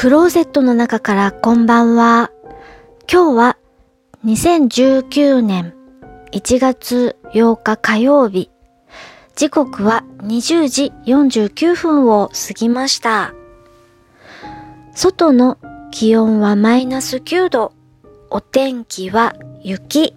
クローゼットの中からこんばんは。今日は2019年1月8日火曜日。時刻は20時49分を過ぎました。外の気温はマイナス9度。お天気は雪。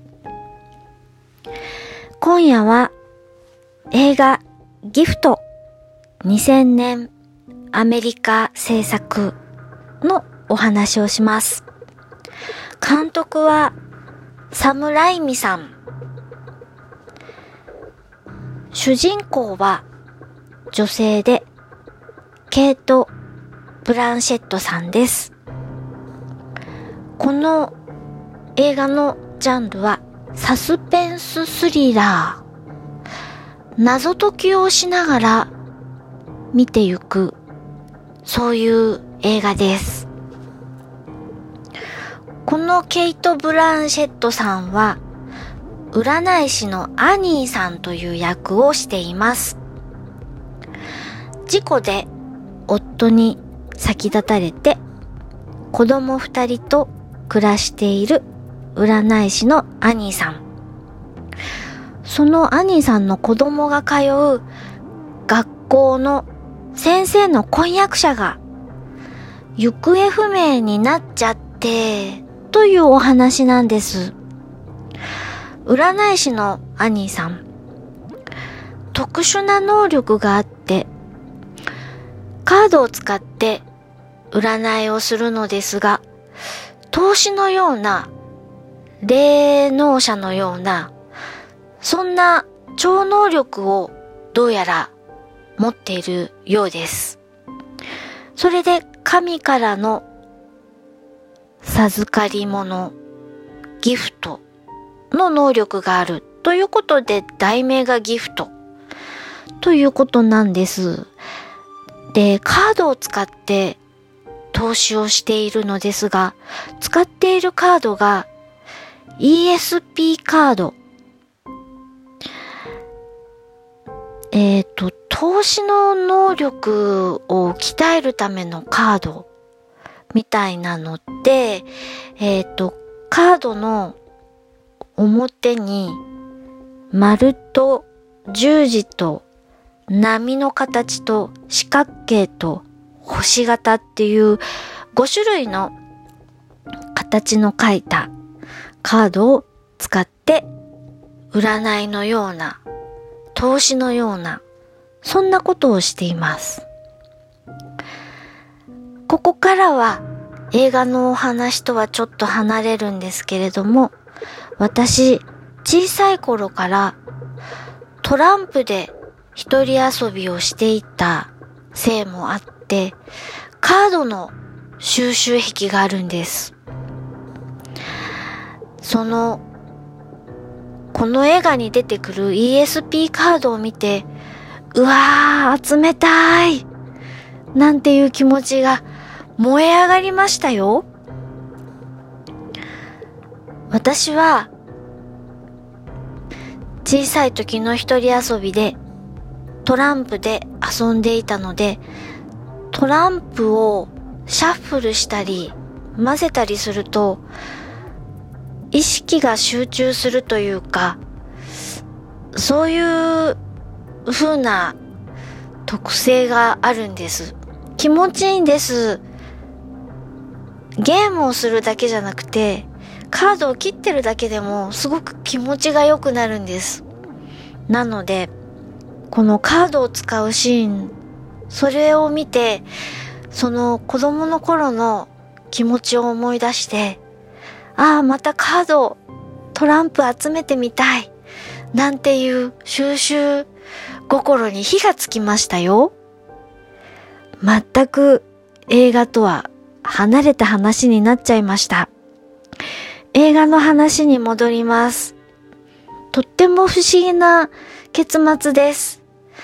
今夜は映画ギフト2000年アメリカ制作のお話をします。監督はサム・ライミさん。主人公は女性でケイト・ブランシェットさんです。この映画のジャンルはサスペンススリラー。謎解きをしながら見てゆく、そういう映画です。このケイト・ブランシェットさんは占い師のアニーさんという役をしています。事故で夫に先立たれて子供2人と暮らしている占い師のアニーさん。そのアニーさんの子供が通う学校の先生の婚約者が行方不明になっちゃってというお話なんです。占い師のアニーさん、特殊な能力があってカードを使って占いをするのですが、透視のような霊能者のようなそんな超能力をどうやら持っているようです。それで神からの授かり物、ギフトの能力があるということで題名がギフトということなんです。で、カードを使って投資をしているのですが、使っているカードが ESP カード。投資の能力を鍛えるためのカードみたいなので、カードの表に丸と十字と波の形と四角形と星型っていう5種類の形の書いたカードを使って占いのような投資のようなそんなことをしています。ここからは映画のお話とはちょっと離れるんですけれども、私小さい頃からトランプで一人遊びをしていたせいもあって、カードの収集癖があるんです。この映画に出てくる ESP カードを見て、うわー集めたいなんていう気持ちが燃え上がりましたよ。私は小さい時の一人遊びでトランプで遊んでいたので、トランプをシャッフルしたり混ぜたりすると意識が集中するというか、そういう風な特性があるんです。気持ちいいんです。ゲームをするだけじゃなくて、カードを切ってるだけでもすごく気持ちが良くなるんです。なので、このカードを使うシーン、それを見て、その子供の頃の気持ちを思い出して、またカード、トランプ集めてみたい、なんていう収集心に火がつきましたよ。全く映画とは離れた話になっちゃいました。映画の話に戻ります。とっても不思議な結末です。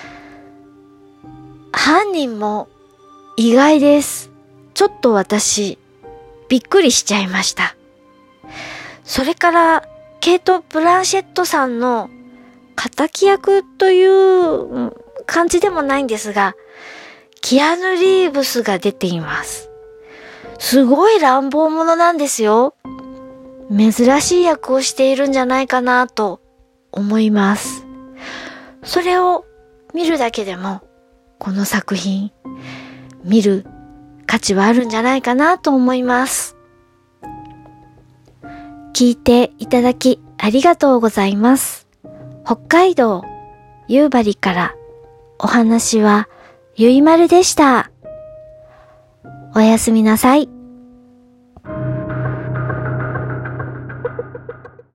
犯人も意外です。ちょっと私、びっくりしちゃいました。それから、ケイト・ブランシェットさんの敵役という感じでもないんですが、キアヌ・リーブスが出ています。 すごい乱暴者なんですよ。珍しい役をしているんじゃないかなと思います。それを見るだけでも、この作品、見る価値はあるんじゃないかなと思います。聞いていただきありがとうございます。北海道夕張からお話はゆいまるでした。おやすみなさい。